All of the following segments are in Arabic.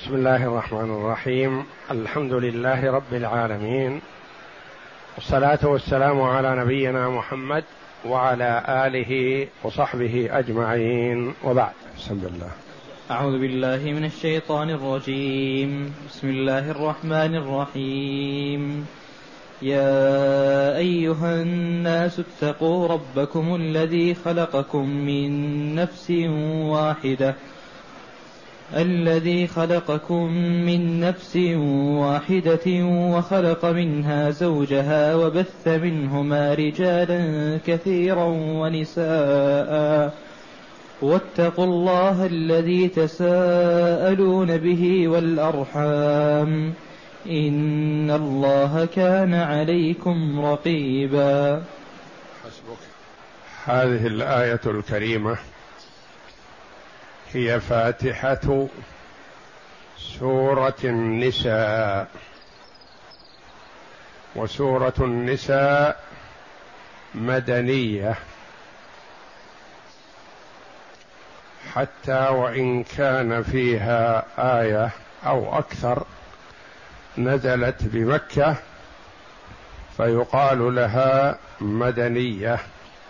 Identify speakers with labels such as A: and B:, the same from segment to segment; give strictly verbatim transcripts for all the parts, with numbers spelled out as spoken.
A: بسم الله الرحمن الرحيم. الحمد لله رب العالمين، والصلاة والسلام على نبينا محمد وعلى آله وصحبه أجمعين، وبعد. بسم الله.
B: أعوذ بالله من الشيطان الرجيم. بسم الله الرحمن الرحيم. يا أيها الناس اتقوا ربكم الذي خلقكم من نفس واحدة الذي خلقكم من نفس واحدة وخلق منها زوجها وبث منهما رجالا كثيرا ونساء واتقوا الله الذي تساءلون به والأرحام إن الله كان عليكم رقيبا.
A: حسبك. هذه الآية الكريمة هي فاتحة سورة النساء، وسورة النساء مدنية، حتى وإن كان فيها آية أو أكثر نزلت بمكة فيقال لها مدنية.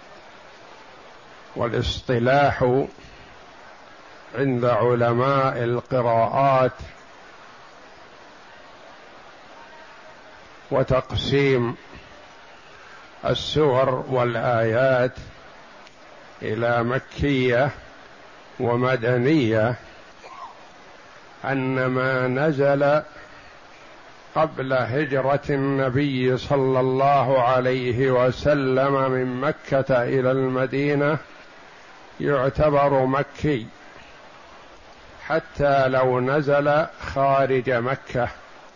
A: والاصطلاح عند علماء القراءات وتقسيم السور والآيات إلى مكية ومدنية أن ما نزل قبل هجرة النبي صلى الله عليه وسلم من مكة إلى المدينة يعتبر مكي، حتى لو نزل خارج مكة.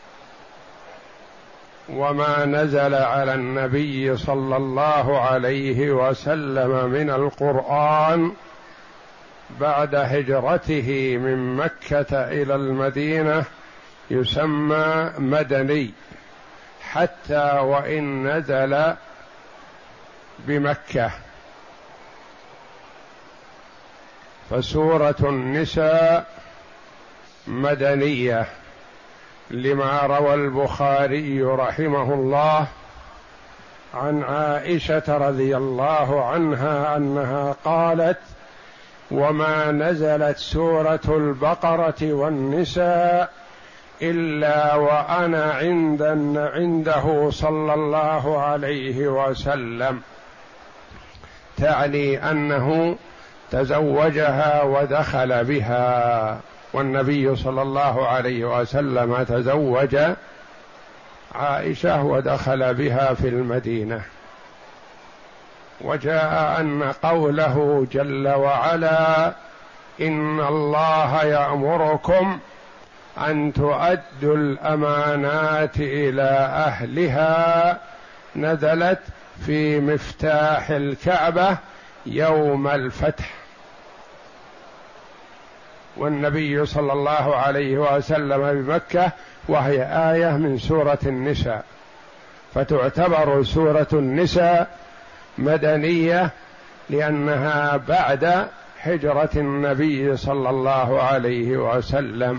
A: وما نزل على النبي صلى الله عليه وسلم من القرآن بعد هجرته من مكة إلى المدينة يسمى مدني، حتى وإن نزل بمكة. فسورة النساء مدنية لما روى البخاري رحمه الله عن عائشة رضي الله عنها أنها قالت: وما نزلت سورة البقرة والنساء إلا وأنا عند عنده صلى الله عليه وسلم، تعني أنه تزوجها ودخل بها، والنبي صلى الله عليه وسلم تزوج عائشة ودخل بها في المدينة. وجاء أن قوله جل وعلا: إن الله يأمركم أن تؤدوا الأمانات إلى أهلها، نزلت في مفتاح الكعبة يوم الفتح، والنبي صلى الله عليه وسلم بمكة، وهي آية من سورة النساء، فتعتبر سورة النساء مدنية لأنها بعد هجرة النبي صلى الله عليه وسلم،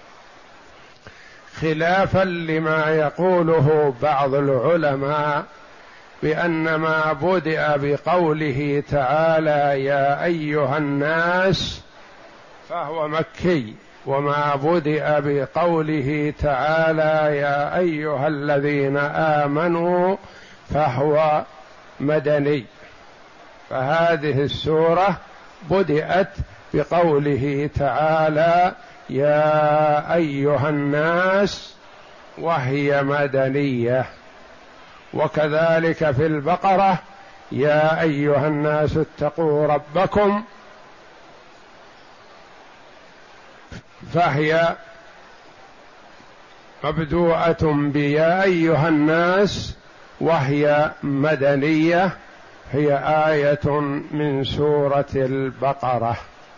A: خلافا لما يقوله بعض العلماء بأن ما بدأ بقوله تعالى يا أيها الناس فهو مكي، وما بدأ بقوله تعالى يا أيها الذين آمنوا فهو مدني. فهذه السورة بدأت بقوله تعالى يا أيها الناس وهي مدنية. وكذلك في البقرة يا أيها الناس اتقوا ربكم، فهي مبدوءة بيا أيها الناس وهي مدنية، هي آية من سورة البقرة.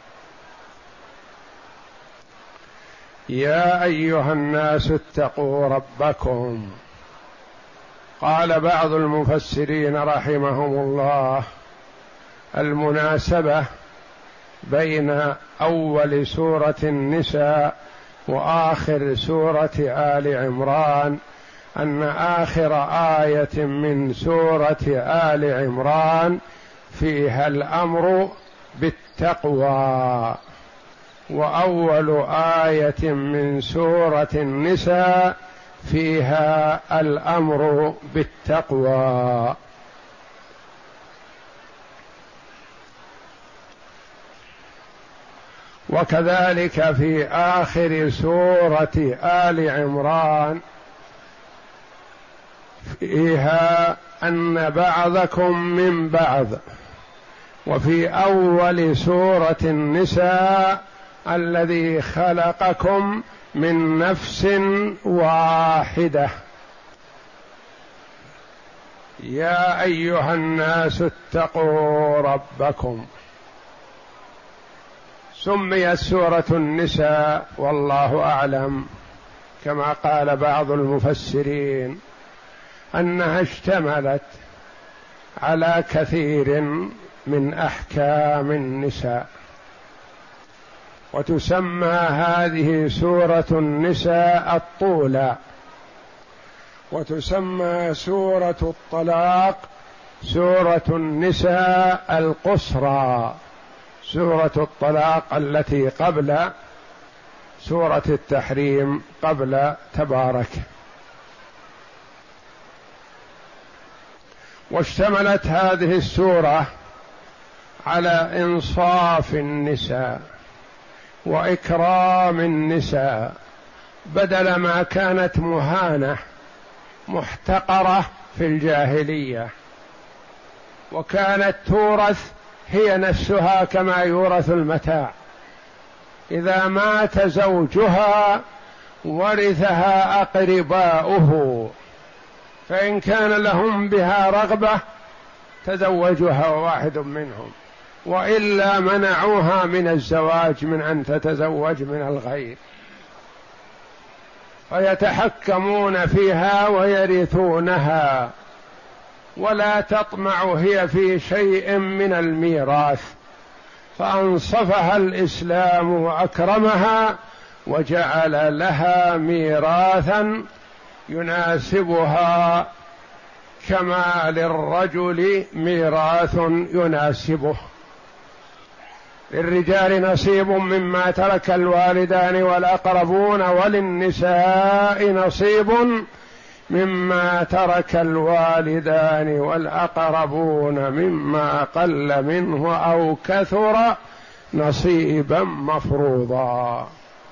A: يا أيها الناس اتقوا ربكم، قال بعض المفسرين رحمهم الله: المناسبة بين أول سورة النساء وآخر سورة آل عمران أن آخر آية من سورة آل عمران فيها الأمر بالتقوى، وأول آية من سورة النساء فيها الأمر بالتقوى. وكذلك في آخر سورة آل عمران فيها أن بعضكم من بعض، وفي أول سورة النساء الذي خلقكم من نفس واحدة. يا أيها الناس اتقوا ربكم. سميت سورة النساء والله أعلم كما قال بعض المفسرين أنها اشتملت على كثير من أحكام النساء، وتسمى هذه سورة النساء الطولى، وتسمى سورة الطلاق سورة النساء القصرى، سورة الطلاق التي قبل سورة التحريم قبل تبارك. واشتملت هذه السورة على إنصاف النساء وإكرام النساء، بدل ما كانت مهانة محتقرة في الجاهلية، وكانت تورث هي نفسها كما يورث المتاع، إذا مات زوجها ورثها أقرباؤه، فإن كان لهم بها رغبة تزوجها واحد منهم، وإلا منعوها من الزواج من أن تتزوج من الغير، فيتحكمون فيها ويرثونها، ولا تطمع هي في شيء من الميراث، فأنصفها الإسلام وأكرمها وجعل لها ميراثا يناسبها كما للرجل ميراث يناسبه. للرجال نصيب مما ترك الوالدان والأقربون، وللنساء نصيب مما ترك الوالدان والأقربون مما قل منه أو كثر نصيبا مفروضا.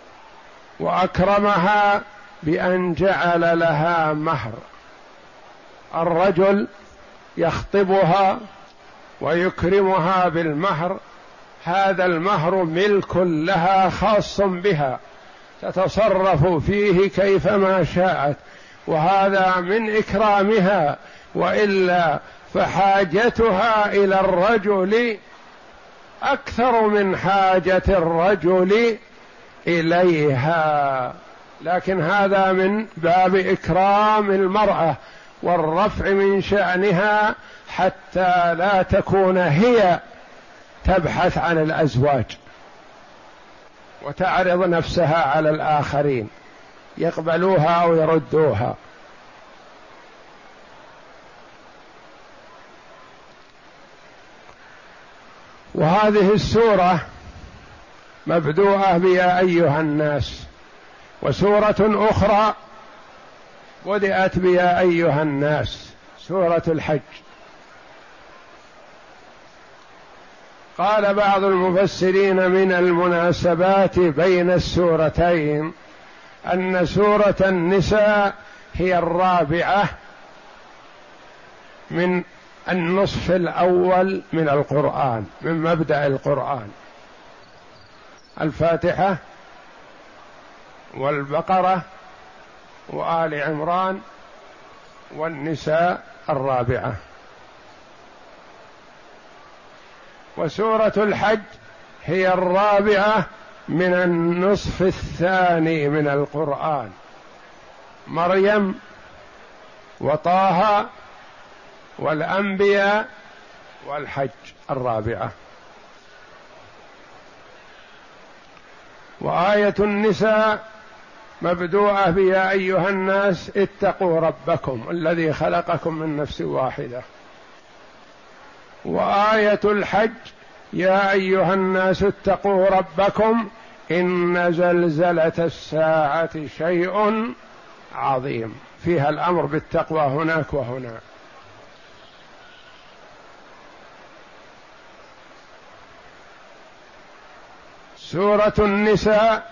A: وأكرمها بأن جعل لها مهر، الرجل يخطبها ويكرمها بالمهر، هذا المهر ملك لها خاص بها تتصرف فيه كيفما شاءت، وهذا من إكرامها، وإلا فحاجتها إلى الرجل أكثر من حاجة الرجل إليها، لكن هذا من باب إكرام المرأة والرفع من شأنها حتى لا تكون هي تبحث عن الأزواج وتعرض نفسها على الآخرين يقبلوها أو يردوها. وهذه السورة مبدوءة بيا أيها الناس، وسورة أخرى بدأت بيا أيها الناس، سورة الحج. قال بعض المفسرين من المناسبات بين السورتين أن سورة النساء هي الرابعة من النصف الأول من القرآن، من مبدأ القرآن، الفاتحة والبقرة وآل عمران والنساء الرابعة. وسورة الحج هي الرابعة من النصف الثاني من القرآن، مريم وطه والأنبياء والحج الرابعة. وآية النساء مبدوءة بيا أيها الناس اتقوا ربكم الذي خلقكم من نفس واحدة. وآية الحج يا أيها الناس اتقوا ربكم إن زلزلة الساعة شيء عظيم، فيها الأمر بالتقوى هناك وهناك. سورة النساء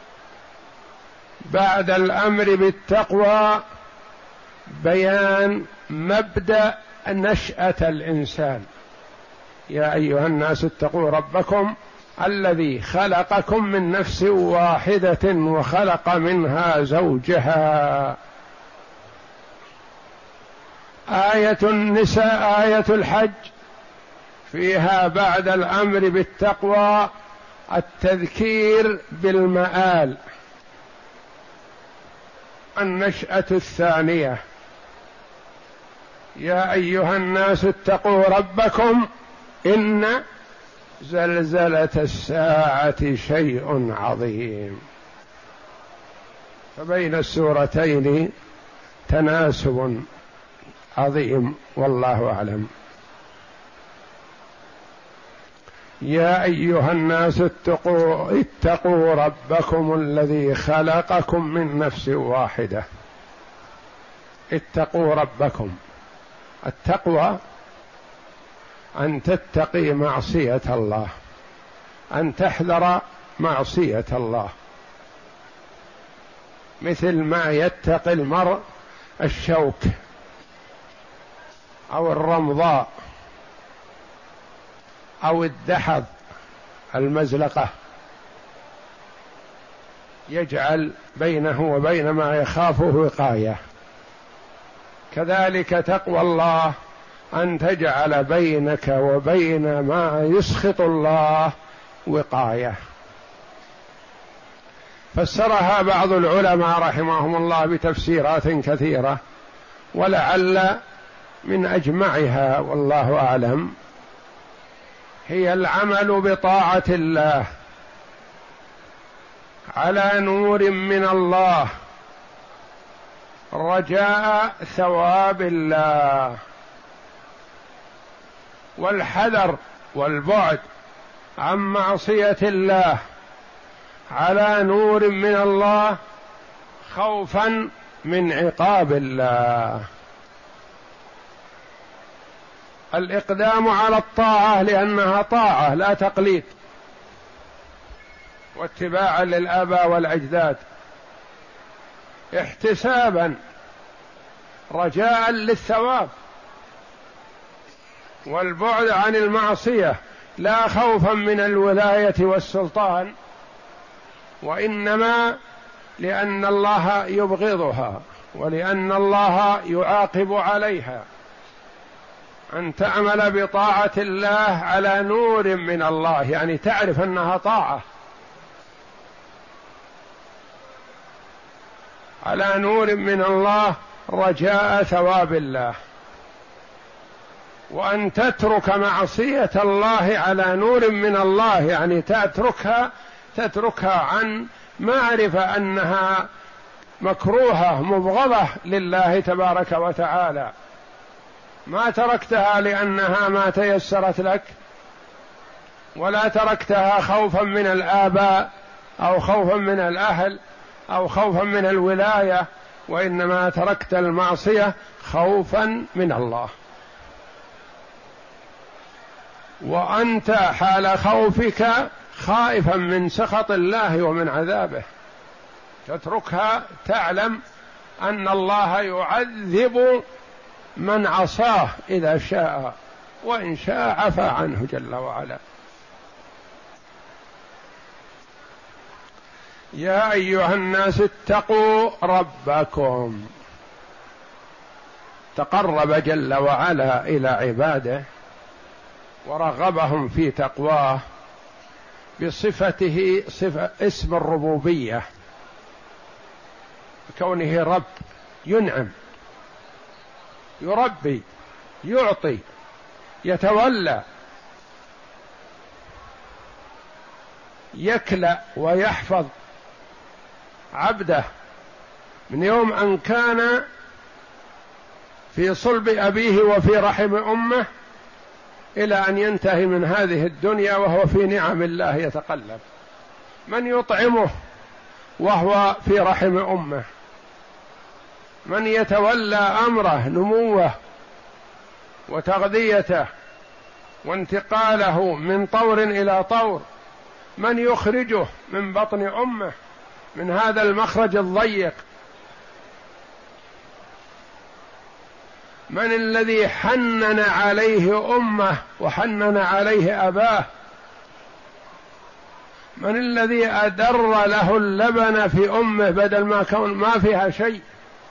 A: بعد الأمر بالتقوى بيان مبدأ نشأة الإنسان. يا أيها الناس اتقوا ربكم الذي خلقكم من نفس واحدة وخلق منها زوجها. آية النساء آية الحج فيها بعد الأمر بالتقوى التذكير بالمآل، النشأة الثانية. يا أيها الناس اتقوا ربكم إن زلزلة الساعة شيء عظيم. فبين السورتين تناسب عظيم والله أعلم. يا أيها الناس اتقوا اتقوا ربكم الذي خلقكم من نفس واحدة. اتقوا ربكم، التقوى أن تتقي معصية الله، أن تحذر معصية الله، مثل ما يتقي المرء الشوك أو الرمضاء أو الدحض المزلقة، يجعل بينه وبين ما يخافه وقاية. كذلك تقوى الله أن تجعل بينك وبين ما يسخط الله وقاية. فسرها بعض العلماء رحمهم الله بتفسيرات كثيرة، ولعل من أجمعها والله أعلم هي العمل بطاعة الله على نور من الله رجاء ثواب الله، والحذر والبعد عن معصية الله على نور من الله خوفا من عقاب الله. الإقدام على الطاعة لأنها طاعة لا تقليد واتباعا للآباء والأجداد، احتسابا رجاء للثواب، والبعد عن المعصية لا خوفا من الولاية والسلطان، وإنما لأن الله يبغضها ولأن الله يعاقب عليها. أن تعمل بطاعة الله على نور من الله، يعني تعرف أنها طاعة على نور من الله رجاء ثواب الله، وأن تترك معصية الله على نور من الله، يعني تتركها تتركها عن معرفة أنها مكروهة مبغضة لله تبارك وتعالى، ما تركتها لأنها ما تيسرت لك، ولا تركتها خوفا من الآباء أو خوفا من الأهل أو خوفا من الولاية، وإنما تركت المعصية خوفا من الله. وأنت حال خوفك خائفا من سخط الله ومن عذابه، تتركها تعلم أن الله يعذب من عصاه إذا شاء، وإن شاء عفى عنه جل وعلا. يا أيها الناس اتقوا ربكم، تقرب جل وعلا إلى عباده ورغبهم في تقواه بصفته صفة اسم الربوبية، كونه رب ينعم يربي يعطي يتولى يكلأ ويحفظ عبده من يوم أن كان في صلب أبيه وفي رحم أمه إلى أن ينتهي من هذه الدنيا وهو في نعم الله يتقلب. من يطعمه وهو في رحم أمه؟ من يتولى أمره نموه وتغذيته وانتقاله من طور إلى طور؟ من يخرجه من بطن أمه من هذا المخرج الضيق؟ من الذي حنن عليه أمه وحنن عليه أباه؟ من الذي أدر له اللبن في أمه بدل ما كون ما فيها شيء؟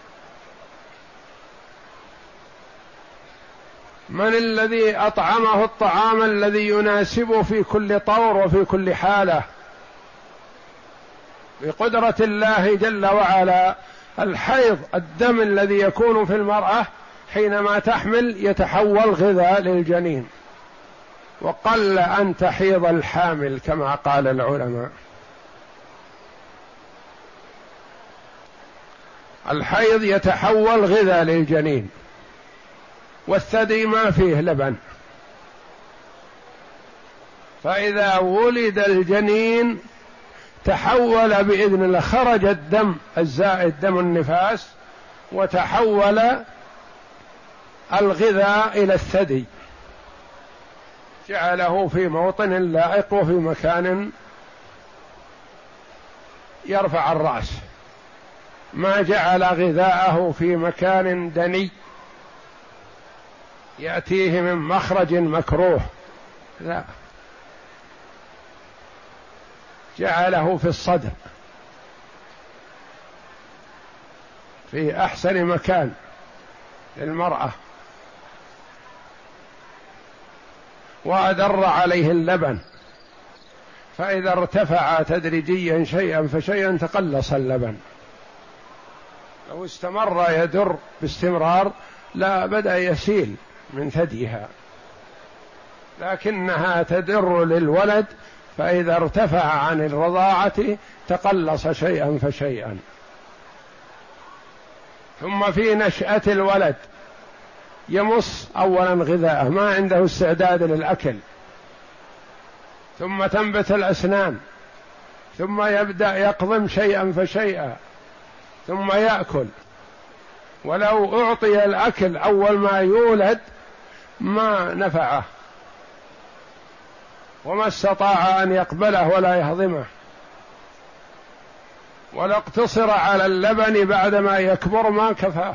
A: من الذي أطعمه الطعام الذي يناسبه في كل طور وفي كل حالة؟ بقدرة الله جل وعلا الحيض الدم الذي يكون في المرأة حينما تحمل يتحول غذاء للجنين، وقل أن تحيض الحامل كما قال العلماء. الحيض يتحول غذاء للجنين، والثدي ما فيه لبن، فإذا ولد الجنين تحول بإذن الله، خرج الدم الزائد دم النفاس وتحول الغذاء إلى الثدي، جعله في موطن لائق وفي مكان يرفع الرأس، ما جعل غذاءه في مكان دني يأتيه من مخرج مكروه، لا، جعله في الصدر في أحسن مكان للمرأة، وأدر عليه اللبن، فإذا ارتفع تدريجيا شيئا فشيئا تقلص اللبن. لو استمر يدر باستمرار لا بدأ يسيل من ثديها، لكنها تدر للولد، فإذا ارتفع عن الرضاعة تقلص شيئا فشيئا. ثم في نشأة الولد يمص أولا غذاءه، ما عنده استعداد للأكل، ثم تنبت الأسنان، ثم يبدأ يقضم شيئا فشيئا، ثم يأكل. ولو أعطي الأكل أول ما يولد ما نفعه وما استطاع أن يقبله ولا يهضمه، ولا اقتصر على اللبن بعدما يكبر ما كفاه.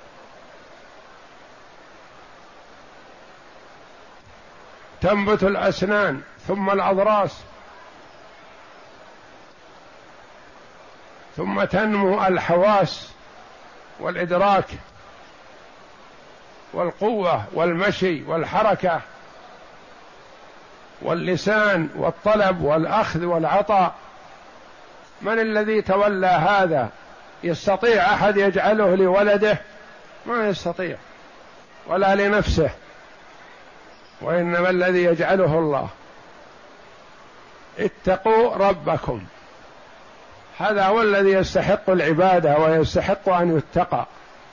A: تنبت الأسنان ثم الأضراس، ثم تنمو الحواس والإدراك والقوة والمشي والحركة واللسان والطلب والأخذ والعطاء. من الذي تولى هذا؟ يستطيع أحد يجعله لولده؟ ما يستطيع، ولا لنفسه، وإنما الذي يجعله الله. اتقوا ربكم، هذا هو الذي يستحق العبادة ويستحق أن يتقى.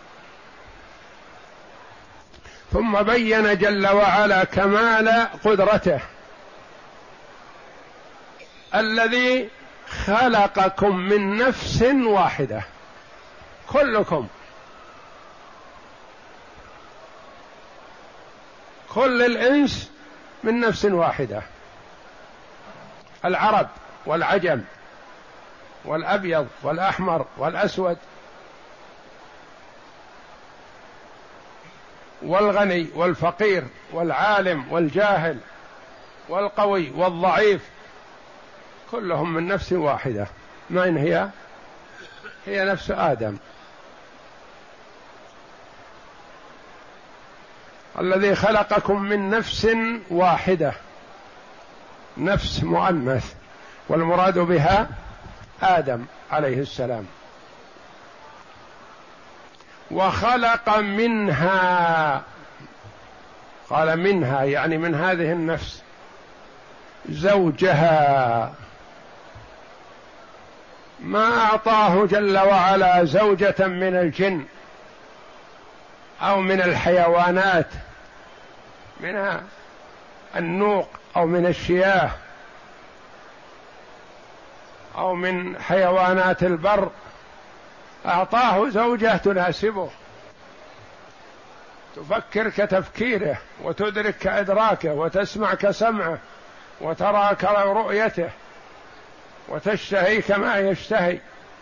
A: ثم بين جل وعلا كمال قدرته، الذي خلقكم من نفس واحدة، كلكم، كل الإنس من نفس واحدة، العرب والعجم والأبيض والأحمر والأسود والغني والفقير والعالم والجاهل والقوي والضعيف، كلهم من نفس واحدة. من هي؟ هي نفس آدم الذي خلقكم من نفس واحدة، نفس مؤنث، والمراد بها آدم عليه السلام. وخلق منها، قال منها يعني من هذه النفس، زوجها ما أعطاه جل وعلا زوجة من الجن أو من الحيوانات، من النوق أو من الشياه أو من حيوانات البر، أعطاه زوجة تناسبه، تفكر كتفكيره وتدرك كإدراكه وتسمع كسمعه وترى كرؤيته وتشتهي كما يشتهي.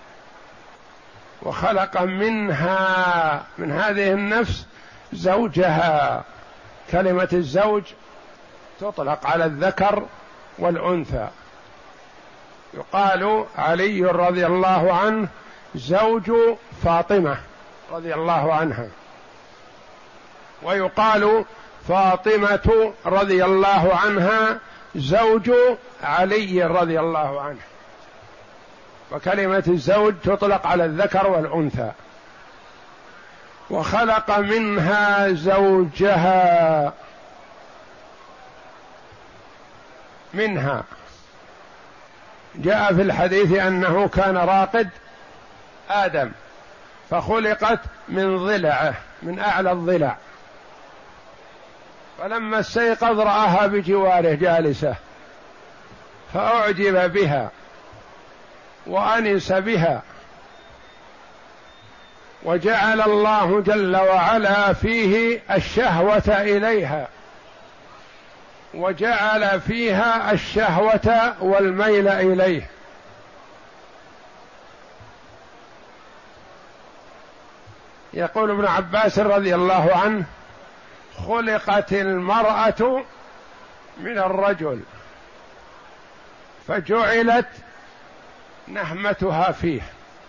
A: وخلق منها، من هذه النفس، زوجها. كلمة الزوج تطلق على الذكر والأنثى. يقال علي رضي الله عنه زوج فاطمة رضي الله عنها، ويقال فاطمة رضي الله عنها زوج علي رضي الله عنه. وكلمة الزوج تطلق على الذكر والأنثى. وخلق منها زوجها، منها جاء في الحديث أنه كان راقد آدم فخلقت من ضلعه، من أعلى الضلع، فلما استيقظ رآها بجواره جالسة فأعجب بها وأنس بها، وجعل الله جل وعلا فيه الشهوة إليها، وجعل فيها الشهوة والميل إليه. يقول ابن عباس رضي الله عنه: خلقت المرأة من الرجل فجعلت نهمتها فيه،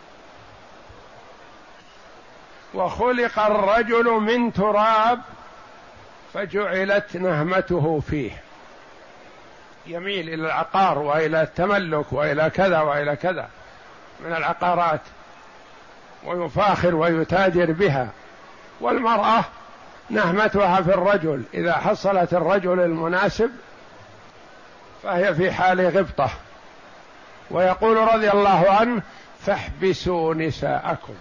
A: وخلق الرجل من تراب فجعلت نهمته فيه، يميل إلى العقار وإلى التملك وإلى كذا وإلى كذا من العقارات، ويفاخر ويتاجر بها. والمرأة نهمتها في الرجل، إذا حصلت الرجل المناسب فهي في حال غبطة. ويقول رضي الله عنه: فاحبسوا نساءكم،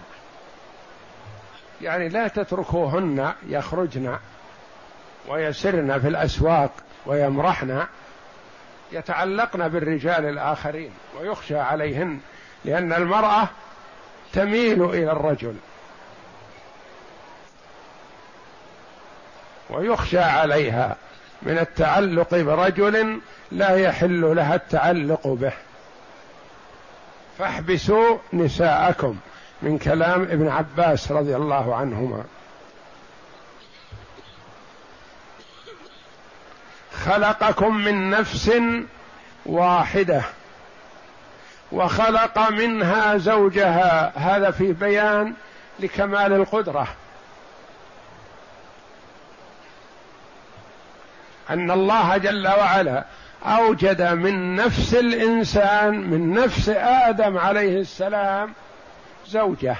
A: يعني لا تتركوهن يخرجن ويسرن في الأسواق ويمرحن، يتعلقن بالرجال الآخرين ويخشى عليهن، لأن المرأة تميل إلى الرجل ويخشى عليها من التعلق برجل لا يحل لها التعلق به. فاحبسوا نساءكم، من كلام ابن عباس رضي الله عنهما. خلقكم من نفس واحدة وخلق منها زوجها، هذا في بيان لكمال القدرة، أن الله جل وعلا أوجد من نفس الإنسان، من نفس آدم عليه السلام، زوجة،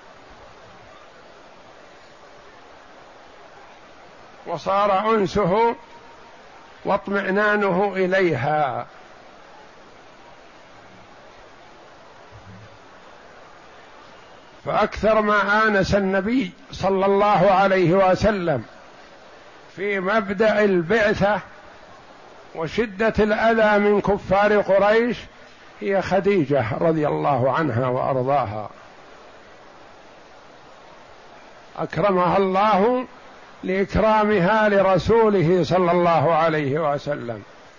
A: وصار أنسه واطمئنانه إليها. فأكثر ما آنس النبي صلى الله عليه وسلم في مبدأ البعثة وشدة الأذى من كفار قريش هي خديجة رضي الله عنها وأرضاها، أكرمها الله لإكرامها لرسوله صلى الله عليه وسلم.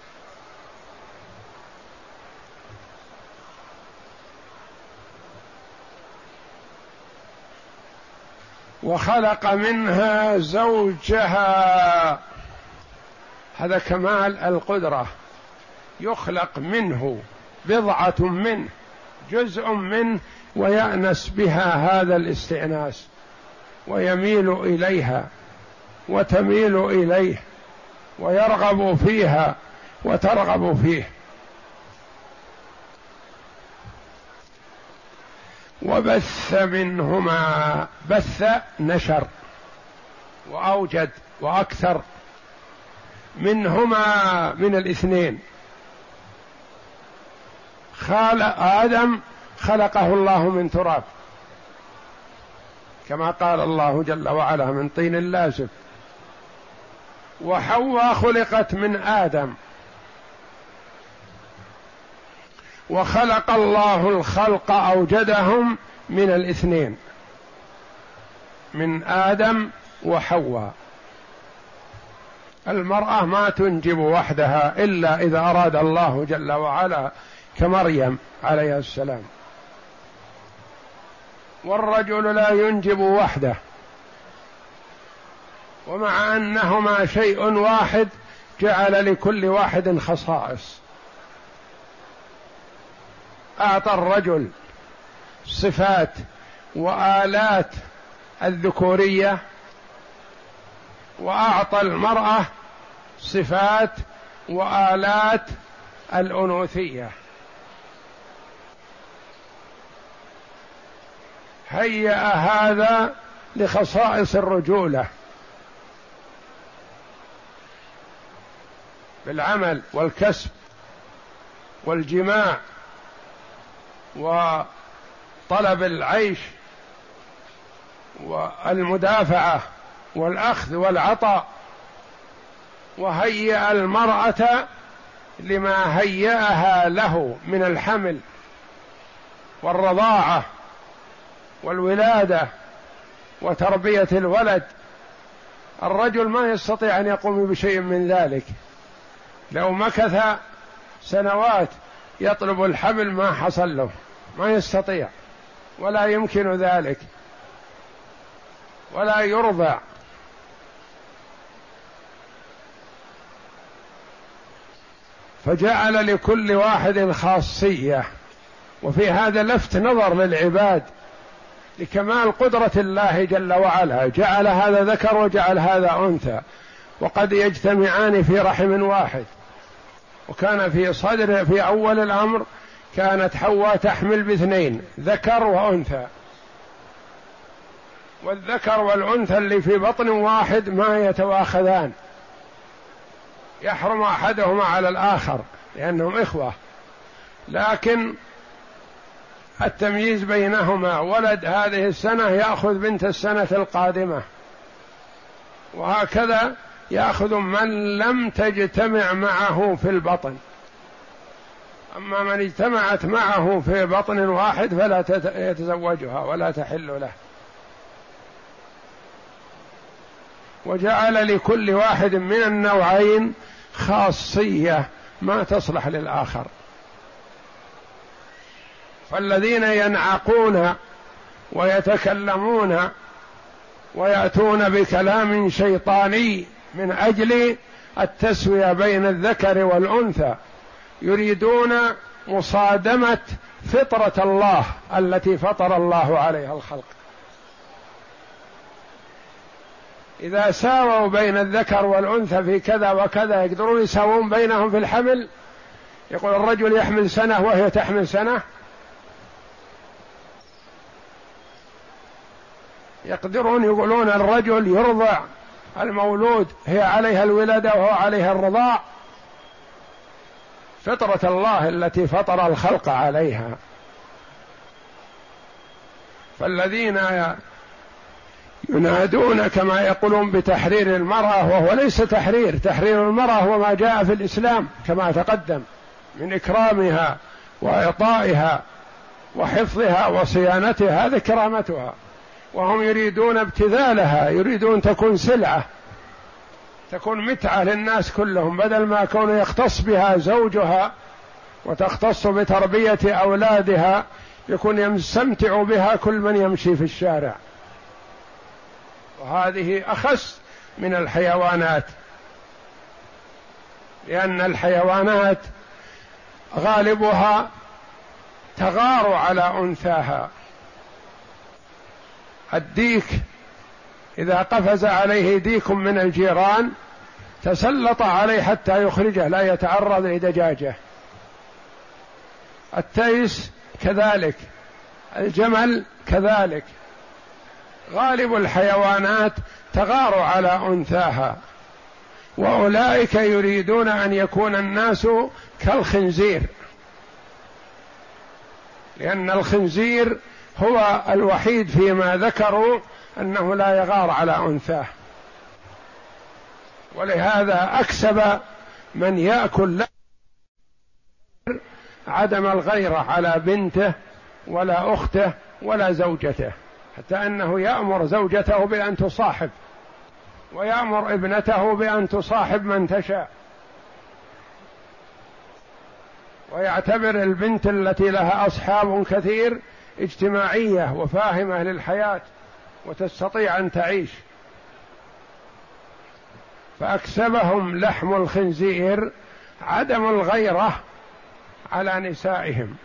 A: وخلق منها زوجها، هذا كمال القدرة، يخلق منه بضعة منه، جزء منه، ويأنس بها هذا الاستئناس، ويميل إليها وتميل إليه، ويرغب فيها وترغب فيه. وبث منهما، بث نشر وأوجد وأكثر، منهما من الاثنين. خالق آدم خلقه الله من تراب، كما قال الله جل وعلا من طين لازب. وحواء خلقت من آدم، وخلق الله الخلق أوجدهم من الاثنين، من آدم وحواء. المرأة ما تنجب وحدها إلا إذا أراد الله جل وعلا، كمريم عليه السلام. والرجل لا ينجب وحده، ومع أنهما شيء واحد جعل لكل واحد خصائص. أعطى الرجل صفات وآلات الذكورية، وأعطى المرأة صفات وآلات الأنوثية. هيأ هذا لخصائص الرجولة بالعمل والكسب والجماع وطلب العيش والمدافعة والأخذ والعطاء. وهيأ المرأة لما هيأها له من الحمل والرضاعة والولادة وتربية الولد. الرجل ما يستطيع أن يقوم بشيء من ذلك، لو مكث سنوات يطلب الحمل ما حصل له، ما يستطيع ولا يمكن ذلك، ولا يرضع. فجعل لكل واحد خاصية. وفي هذا لفت نظر للعباد لكمال قدرة الله جل وعلا، جعل هذا ذكر وجعل هذا أنثى، وقد يجتمعان في رحم واحد. وكان في صدر في أول الأمر كانت حواء تحمل باثنين، ذكر وأنثى، والذكر والأنثى اللي في بطن واحد ما يتواخذان، يحرم أحدهما على الآخر لأنهم إخوة، لكن التمييز بينهما، ولد هذه السنة يأخذ بنت السنة القادمة، وهكذا يأخذ من لم تجتمع معه في البطن. أما من اجتمعت معه في بطن واحد فلا يتزوجها ولا تحل له. وجعل لكل واحد من النوعين خاصية ما تصلح للآخر. فالذين ينعقون ويتكلمون ويأتون بكلام شيطاني من أجل التسوية بين الذكر والأنثى يريدون مصادمة فطرة الله التي فطر الله عليها الخلق. إذا ساووا بين الذكر والأنثى في كذا وكذا يقدرون يساوون بينهم في الحمل؟ يقول الرجل يحمل سنة وهي تحمل سنة، يقدرون يقولون الرجل يرضع المولود هي عليها الولادة وهو عليها الرضاع؟ فطرة الله التي فطر الخلق عليها. فالذين ينادون كما يقولون بتحرير المرأة، وهو ليس تحرير، تحرير المرأة هو ما جاء في الإسلام كما تقدم من إكرامها وإعطائها وحفظها وصيانتها، هذا كرامتها. وهم يريدون ابتذالها، يريدون تكون سلعة، تكون متعة للناس كلهم، بدل ما كون يختص بها زوجها وتختص بتربية أولادها يكون يستمتع بها كل من يمشي في الشارع. وهذه أخس من الحيوانات، لأن الحيوانات غالبها تغار على أنثاها. الديك إذا قفز عليه ديك من الجيران تسلط عليه حتى يخرجه، لا يتعرض لدجاجه. التيس كذلك، الجمل كذلك. غالب الحيوانات تغار على أنثاها، وأولئك يريدون أن يكون الناس كالخنزير، لأن الخنزير هو الوحيد فيما ذكروا أنه لا يغار على أنثاه، ولهذا أكسب من يأكل عدم الغيرة على بنته ولا أخته ولا زوجته، حتى أنه يأمر زوجته بأن تصاحب، ويأمر ابنته بأن تصاحب من تشاء، ويعتبر البنت التي لها أصحاب كثير اجتماعية وفاهمة للحياة وتستطيع أن تعيش. فأكسبهم لحم الخنزير عدم الغيرة على نسائهم،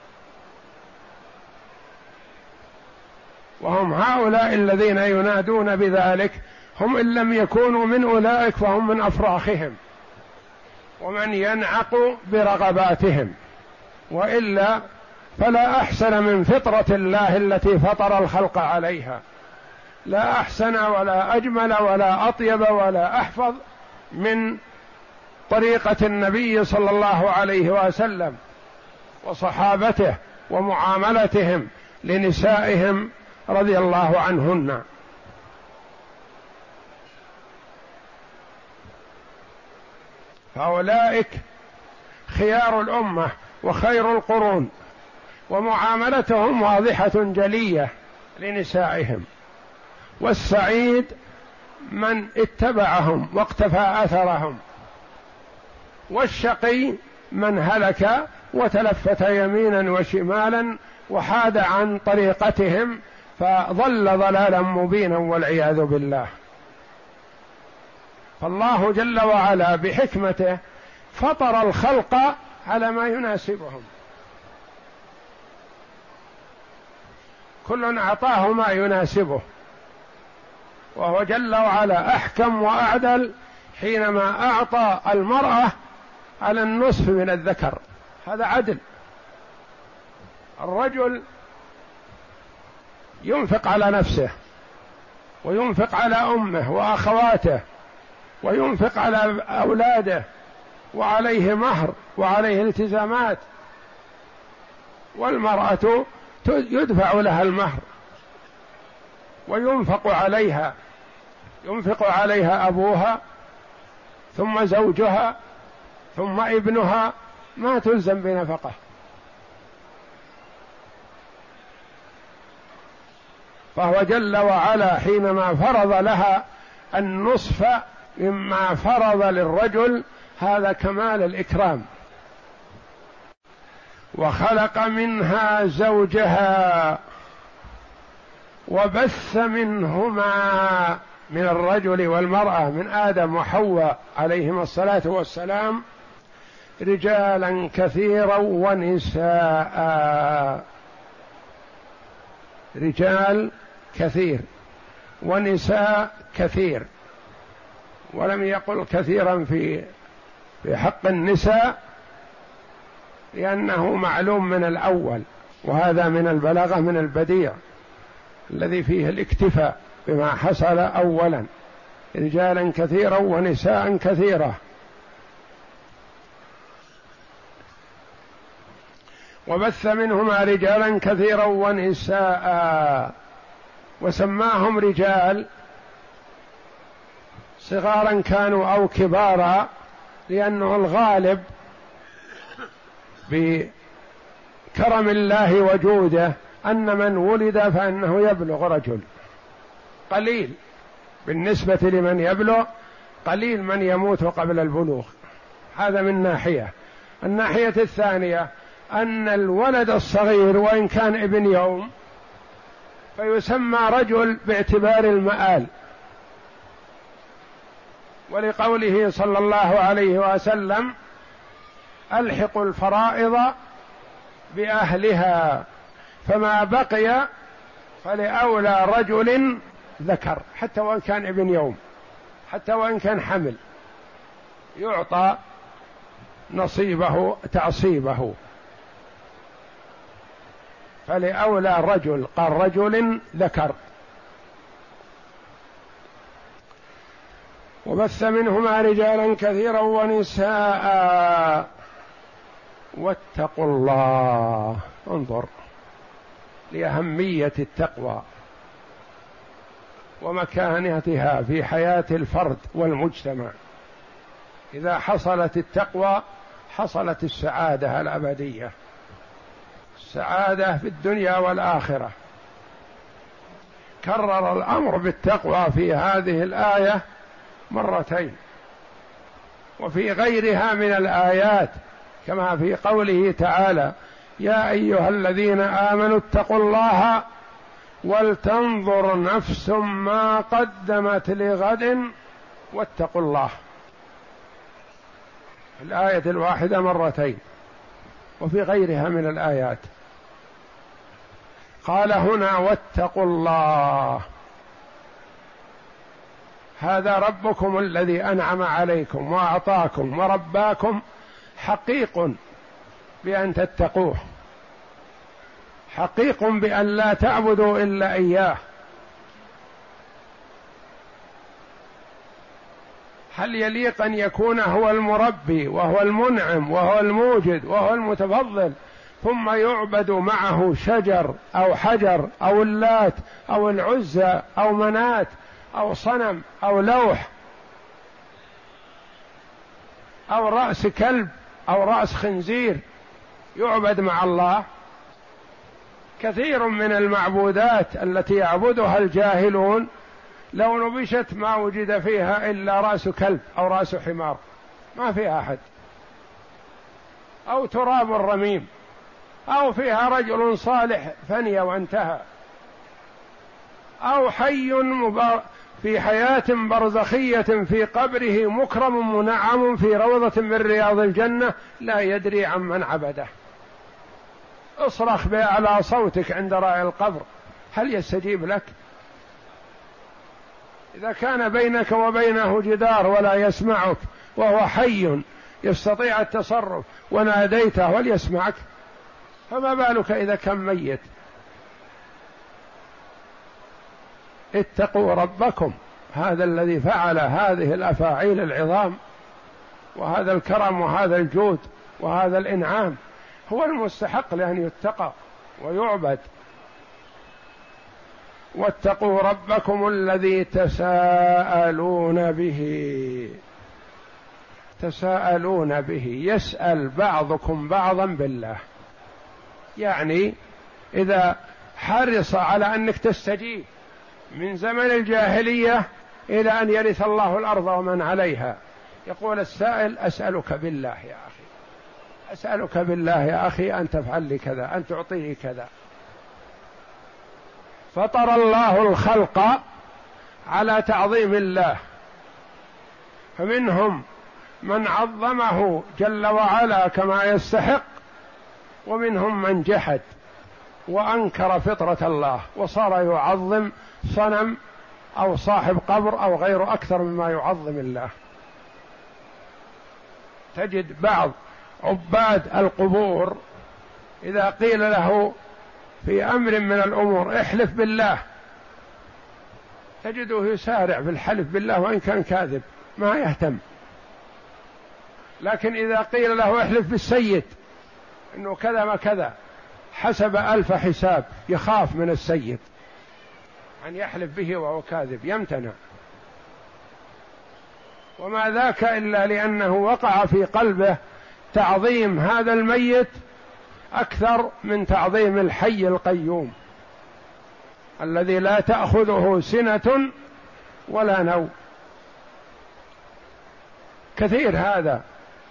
A: وهم هؤلاء الذين ينادون بذلك، هم إن لم يكونوا من أولئك فهم من أفراخهم ومن ينعق برغباتهم، وإلا فلا أحسن من فطرة الله التي فطر الخلق عليها، لا أحسن ولا أجمل ولا أطيب ولا أحفظ من طريقة النبي صلى الله عليه وسلم وصحابته ومعاملتهم لنسائهم رضي الله عنهن. فأولئك خيار الأمة وخير القرون، ومعاملتهم واضحة جلية لنسائهم، والسعيد من اتبعهم واقتفى أثرهم، والشقي من هلك وتلفت يمينا وشمالا وحاد عن طريقتهم فضل ضلالا مبينا والعياذ بالله. فالله جل وعلا بحكمته فطر الخلق على ما يناسبهم، كل أعطاه ما يناسبه، وهو جل وعلا أحكم وأعدل حينما أعطى المرأة على النصف من الذكر، هذا عدل. الرجل ينفق على نفسه وينفق على أمه وأخواته وينفق على أولاده وعليه مهر وعليه التزامات، والمرأة يدفع لها المهر وينفق عليها، ينفق عليها أبوها ثم زوجها ثم ابنها، ما تلزم بنفقة. فهو جل وعلا حينما فرض لها النصف مما فرض للرجل، هذا كمال الإكرام. وخلق منها زوجها وبث منهما، من الرجل والمرأة، من آدم وحواء عليهما الصلاة والسلام، رجالا كثيرا ونساء. رجال كثير ونساء كثير، ولم يقل كثيرا في في حق النساء لأنه معلوم من الأول، وهذا من البلاغة من البديع الذي فيه الاكتفاء بما حصل أولا، رجالا كثيرا ونساء كثيرة. وبث منهما رجالا كثيرا ونساء، وسماهم رجال صغارا كانوا أو كبارا، لأنه الغالب بكرم الله وجوده أن من ولد فإنه يبلغ رجل، قليل بالنسبة لمن يبلغ، قليل من يموت قبل البلوغ. هذا من ناحية. الناحية الثانية أن الولد الصغير وإن كان ابن يوم فيسمى رجل باعتبار المآل، ولقوله صلى الله عليه وسلم: ألحقوا الفرائض بأهلها، فما بقي فلأولى رجل ذكر، حتى وإن كان ابن يوم، حتى وإن كان حمل، يعطى نصيبه تعصيبه. فلأولى رجل، قال رجل ذكر. وبث منهما رجالا كثيرا ونساء واتقوا الله. انظر لأهمية التقوى ومكانتها في حياة الفرد والمجتمع. إذا حصلت التقوى حصلت السعادة الأبدية، السعادة في الدنيا والآخرة. كرر الأمر بالتقوى في هذه الآية مرتين وفي غيرها من الآيات، كما في قوله تعالى: يا أيها الذين آمنوا اتقوا الله ولتنظر نفس ما قدمت لغد واتقوا الله. الآية الواحدة مرتين وفي غيرها من الآيات. قال هنا: واتقوا الله، هذا ربكم الذي أنعم عليكم وأعطاكم ورباكم، حقيق بأن تتقوه، حقيق بأن لا تعبدوا إلا إياه. هل يليق أن يكون هو المربي وهو المنعم وهو الموجد وهو المتفضل ثم يعبد معه شجر أو حجر أو اللات أو العزى أو منات أو صنم أو لوح أو رأس كلب أو رأس خنزير يعبد مع الله؟ كثير من المعبودات التي يعبدها الجاهلون لو نبشت ما وجد فيها إلا رأس كلب أو رأس حمار، ما فيها أحد، أو تراب رميم، أو فيها رجل صالح فني وانتهى، أو حي في حياة برزخية في قبره مكرم منعم في روضة من رياض الجنة لا يدري عن من عبده. اصرخ بأعلى صوتك عند رأي القبر، هل يستجيب لك؟ إذا كان بينك وبينه جدار ولا يسمعك وهو حي يستطيع التصرف وناديته وليسمعك، فما بالك إذا كان ميت؟ اتقوا ربكم، هذا الذي فعل هذه الأفاعيل العظام وهذا الكرم وهذا الجود وهذا الإنعام هو المستحق لأن يتقى ويعبد. واتقوا ربكم الذي تساءلون به، تساءلون به، يسأل بعضكم بعضا بالله، يعني إذا حرص على أنك تستجيب من زمن الجاهلية إلى أن يرث الله الأرض ومن عليها، يقول السائل: أسألك بالله يا أخي، أسألك بالله يا أخي أن تفعل لي كذا، أن تعطيني كذا. فطر الله الخلق على تعظيم الله، فمنهم من عظمه جل وعلا كما يستحق، ومنهم من جحد وأنكر فطرة الله وصار يعظم صنم أو صاحب قبر أو غيره أكثر مما يعظم الله. تجد بعض عباد القبور إذا قيل له في أمر من الأمور احلف بالله تجده يسارع في الحلف بالله وإن كان كاذب، ما يهتم. لكن إذا قيل له احلف بالسيد إنه كذا ما كذا حسب ألف حساب، يخاف من السيد أن يحلف به وهو كاذب، يمتنع. وما ذاك إلا لأنه وقع في قلبه تعظيم هذا الميت أكثر من تعظيم الحي القيوم الذي لا تأخذه سنة ولا نوم. كثير هذا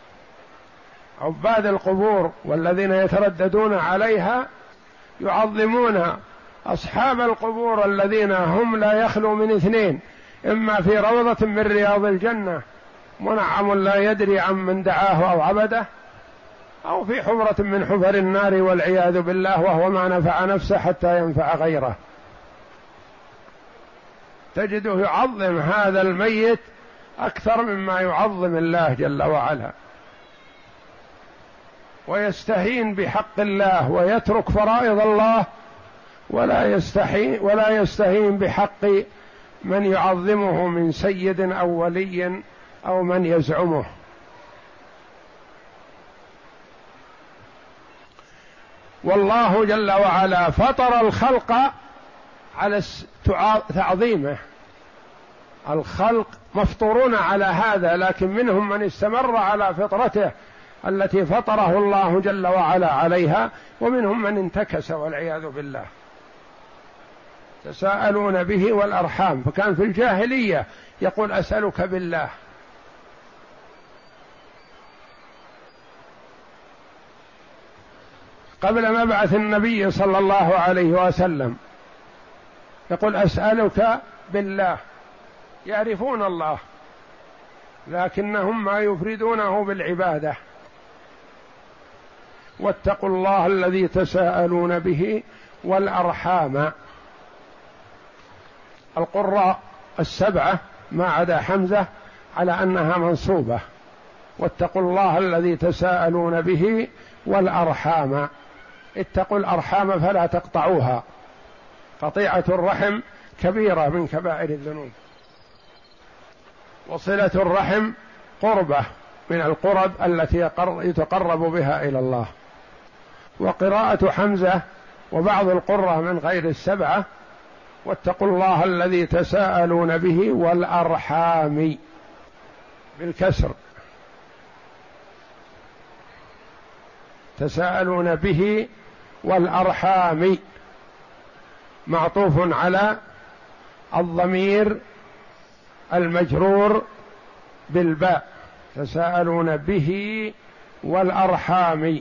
A: عباد القبور والذين يترددون عليها يعظمون أصحاب القبور الذين هم لا يخلو من اثنين: إما في روضة من رياض الجنة منعم لا يدري عن من دعاه أو عبده، أو في حفرة من حفر النار والعياذ بالله، وهو ما نفع نفسه حتى ينفع غيره. تجده يعظم هذا الميت أكثر مما يعظم الله جل وعلا، ويستهين بحق الله ويترك فرائض الله، ولا يستحين ولا يستهين بحق من يعظمه من سيد أو ولي أو من يزعمه. والله جل وعلا فطر الخلق على تعظيمه، الخلق مفطورون على هذا، لكن منهم من استمر على فطرته التي فطره الله جل وعلا عليها، ومنهم من انتكس والعياذ بالله. تساءلون به والأرحام، فكان في الجاهلية يقول أسألك بالله. قبل مبعث النبي صلى الله عليه وسلم يقول أسألك بالله، يعرفون الله لكنهم ما يفردونه بالعبادة. واتقوا الله الذي تساءلون به والأرحام. القراء السبعة ما عدا حمزة على أنها منصوبة، واتقوا الله الذي تساءلون به والأرحام. اتقوا الأرحام فلا تقطعوها، قطيعة الرحم كبيرة من كبائر الذنوب، وصلة الرحم قربة من القرب التي يتقرب بها إلى الله. وقراءة حمزة وبعض القراء من غير السبعة واتقوا الله الذي تساءلون به والأرحام بالكسر، تساءلون به والأرحام معطوف على الضمير المجرور بالباء، تساءلون به والأرحام.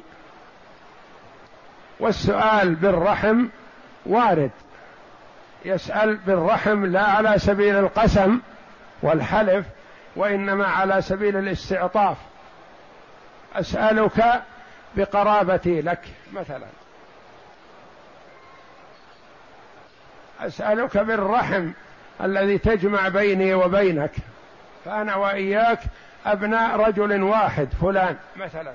A: والسؤال بالرحم وارد، يسأل بالرحم لا على سبيل القسم والحلف، وإنما على سبيل الاستعطاف. أسألك بقرابتي لك مثلا، أسألك بالرحم الذي تجمع بيني وبينك، فأنا وإياك أبناء رجل واحد فلان مثلا،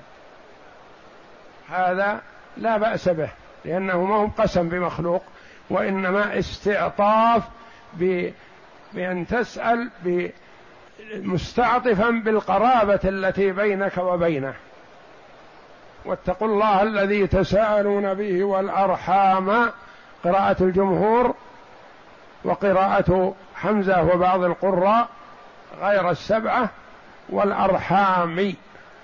A: هذا لا بأس به لأنه ما هو قسم بمخلوق، وإنما استعطاف بأن تسأل مستعطفا بالقرابة التي بينك وبينه. واتقوا الله الذي تساءلون به والأرحام قراءة الجمهور، وقراءة حمزة وبعض القراء غير السبعة والأرحام.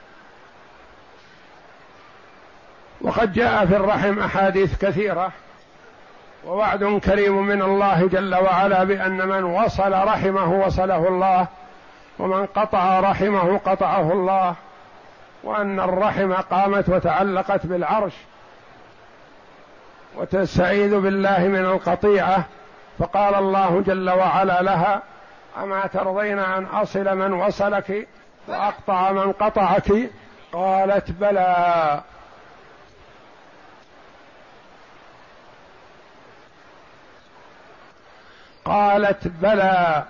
A: وقد جاء في الرحم أحاديث كثيرة، ووعد كريم من الله جل وعلا بأن من وصل رحمه وصله الله، ومن قطع رحمه قطعه الله، وأن الرحم قامت وتعلقت بالعرش، وتستعيذ بالله من القطيعة، فقال الله جل وعلا لها أما ترضين أن أصل من وصلك وأقطع من قطعك؟ قالت بلى. قالت بلى.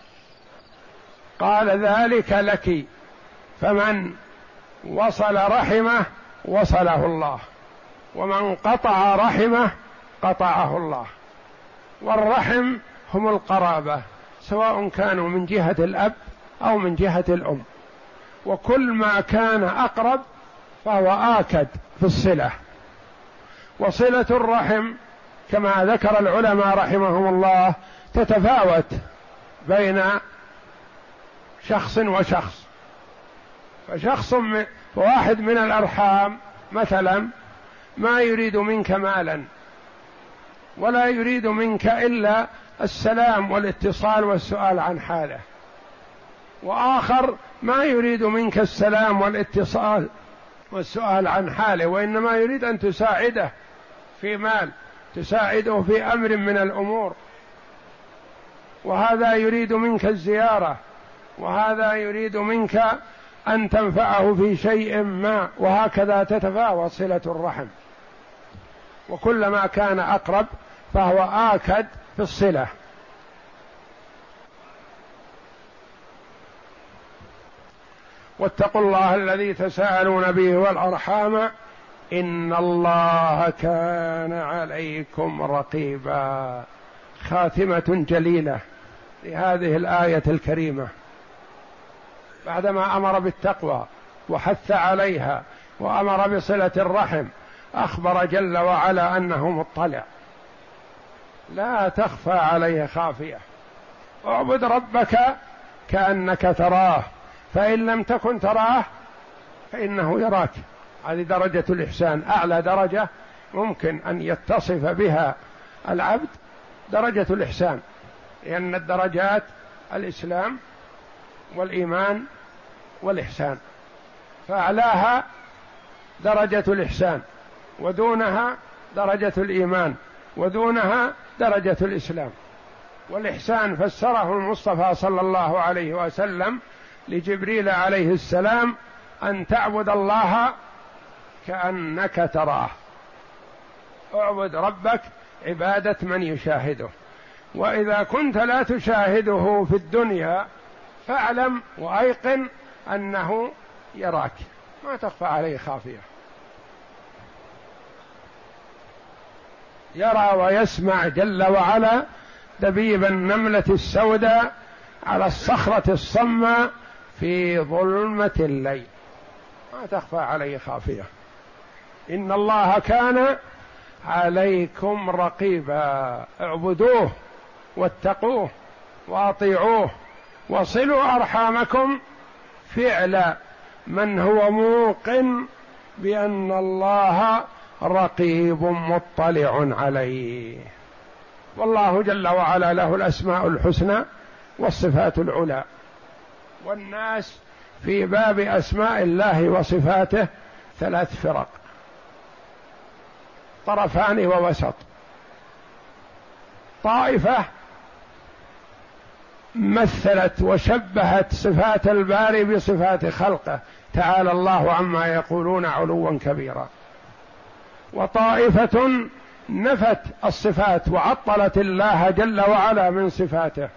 A: قال ذلك لك، فمن وصل رحمه وصله الله، ومن قطع رحمه قطعه الله. والرحم هم القرابة، سواء كانوا من جهة الأب أو من جهة الأم، وكل ما كان أقرب فهو آكد في الصلة. وصلة الرحم كما ذكر العلماء رحمهم الله تتفاوت بين شخص وشخص، فشخص من واحد من الأرحام مثلا ما يريد منك مالا ولا يريد منك إلا السلام والاتصال والسؤال عن حاله، وآخر ما يريد منك السلام والاتصال والسؤال عن حاله، وإنما يريد أن تساعده في مال، تساعده في أمر من الأمور، وهذا يريد منك الزيارة، وهذا يريد منك أن تنفعه في شيء ما، وهكذا تتفاوت صلة الرحم، وكلما كان أقرب فهو آكد في الصلة. واتقوا الله الذي تساءلون به والأرحام إن الله كان عليكم رقيبا. خاتمة جليلة لهذه الآية الكريمة، بعدما أمر بالتقوى وحث عليها وأمر بصلة الرحم أخبر جل وعلا أنه مطلع، لا تخفى عليه خافية. اعبد ربك كأنك تراه فإن لم تكن تراه فإنه يراك. هذه درجة الإحسان، أعلى درجة ممكن أن يتصف بها العبد، درجة الإحسان، لأن الدرجات الإسلام والإيمان والإحسان، فأعلاها درجة الإحسان، ودونها درجة الإيمان، ودونها درجة الإسلام. والإحسان فسره المصطفى صلى الله عليه وسلم لجبريل عليه السلام: أن تعبد الله كأنك تراه. اعبد ربك عبادة من يشاهده، وإذا كنت لا تشاهده في الدنيا فاعلم وأيقن أنه يراك، ما تخفى عليه خافية. يرى ويسمع جل وعلا دبيب النملة السوداء على الصخرة الصماء في ظلمة الليل، ما تخفى عليه خافية. إن الله كان عليكم رقيبا، اعبدوه واتقوه واطيعوه وصلوا أرحامكم، فعل من هو موقن بأن الله رقيب مطلع عليه. والله جل وعلا له الأسماء الحسنى والصفات العلى، والناس في باب أسماء الله وصفاته ثلاث فرق، طرفان ووسط. طائفة مثلت وشبهت صفات الباري بصفات خلقه تعالى الله عما يقولون علوا كبيرا، وطائفة نفت الصفات وعطلت الله جل وعلا من صفاته،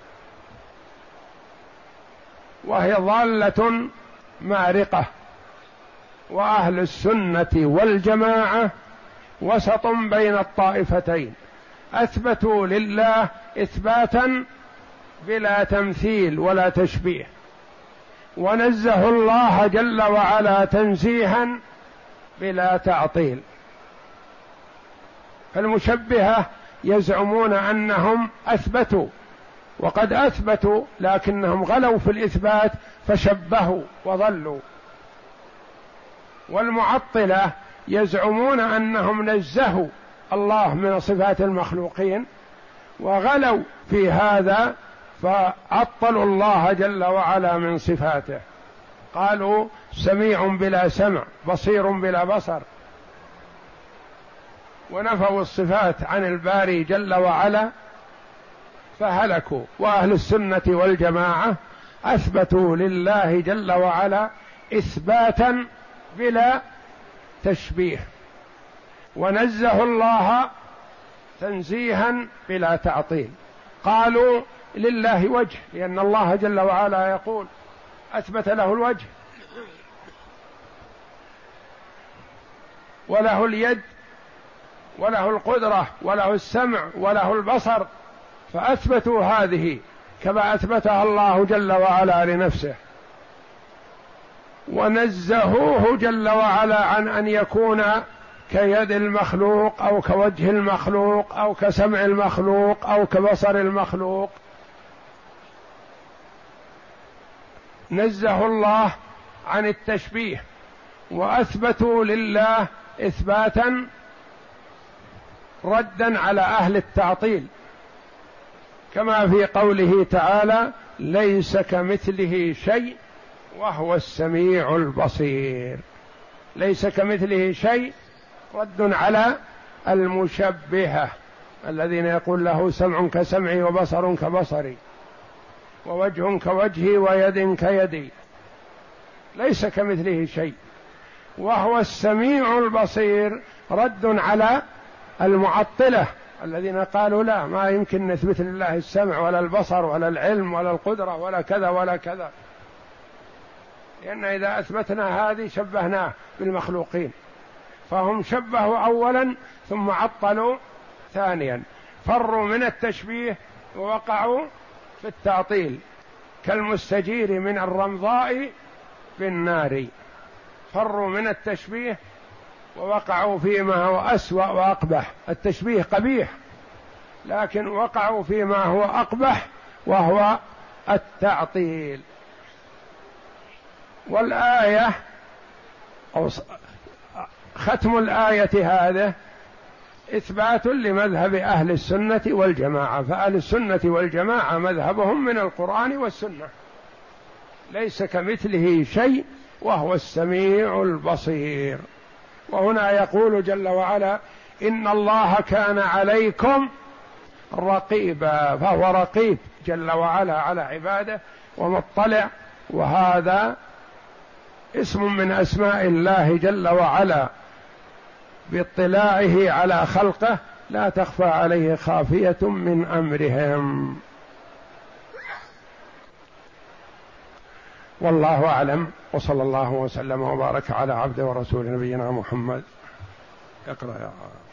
A: وهي ضالة مارقة. وأهل السنة والجماعة وسط بين الطائفتين، أثبتوا لله إثباتا بلا تمثيل ولا تشبيه، ونزهوا الله جل وعلا تنزيها بلا تعطيل. فالمشبهة يزعمون أنهم أثبتوا، وقد أثبتوا لكنهم غلوا في الإثبات فشبهوا وضلوا. والمعطلة يزعمون أنهم نزهوا الله من صفات المخلوقين وغلوا في هذا فعطلوا الله جل وعلا من صفاته، قالوا سميع بلا سمع، بصير بلا بصر، ونفوا الصفات عن الباري جل وعلا فهلكوا. وأهل السنة والجماعة أثبتوا لله جل وعلا إثباتا بلا تشبيه، ونزهوا الله تنزيها بلا تعطيل. قالوا لله وجه، لأن الله جل وعلا يقول أثبت له الوجه، وله اليد، وله القدرة، وله السمع، وله البصر، فأثبتوا هذه كما أثبتها الله جل وعلا لنفسه، ونزهوه جل وعلا عن أن يكون كيد المخلوق أو كوجه المخلوق أو كسمع المخلوق أو كبصر المخلوق. نزهوا الله عن التشبيه، وأثبتوا لله إثباتا ردا على أهل التعطيل، كما في قوله تعالى ليس كمثله شيء وهو السميع البصير. ليس كمثله شيء رد على المشبهة الذين يقول له سمع كسمعي وبصر كبصري ووجه كوجهي ويد كيدي، ليس كمثله شيء. وهو السميع البصير رد على المعطلة الذين قالوا لا، ما يمكن نثبت لله السمع ولا البصر ولا العلم ولا القدرة ولا كذا ولا كذا، لأن إذا أثبتنا هذه شبهناه بالمخلوقين. فهم شبهوا أولا ثم عطلوا ثانيا، فروا من التشبيه ووقعوا في التعطيل، كالمستجير من الرمضاء بالنار. فروا من التشبيه ووقعوا فيما هو أسوأ وأقبح. التشبيه قبيح، لكن وقعوا فيما هو أقبح وهو التعطيل. والآية أو ختم الآية هذا إثبات لمذهب أهل السنة والجماعة، فأهل السنة والجماعة مذهبهم من القرآن والسنة، ليس كمثله شيء وهو السميع البصير. وهنا يقول جل وعلا: إن الله كان عليكم رقيبا، فهو رقيب جل وعلا على عباده ومطلع، وهذا اسم من أسماء الله جل وعلا باطلاعه على خلقه، لا تخفى عليه خافية من أمرهم. والله أعلم، وصلى الله وسلم وبارك على عبده ورسول نبينا محمد. اقرأ يا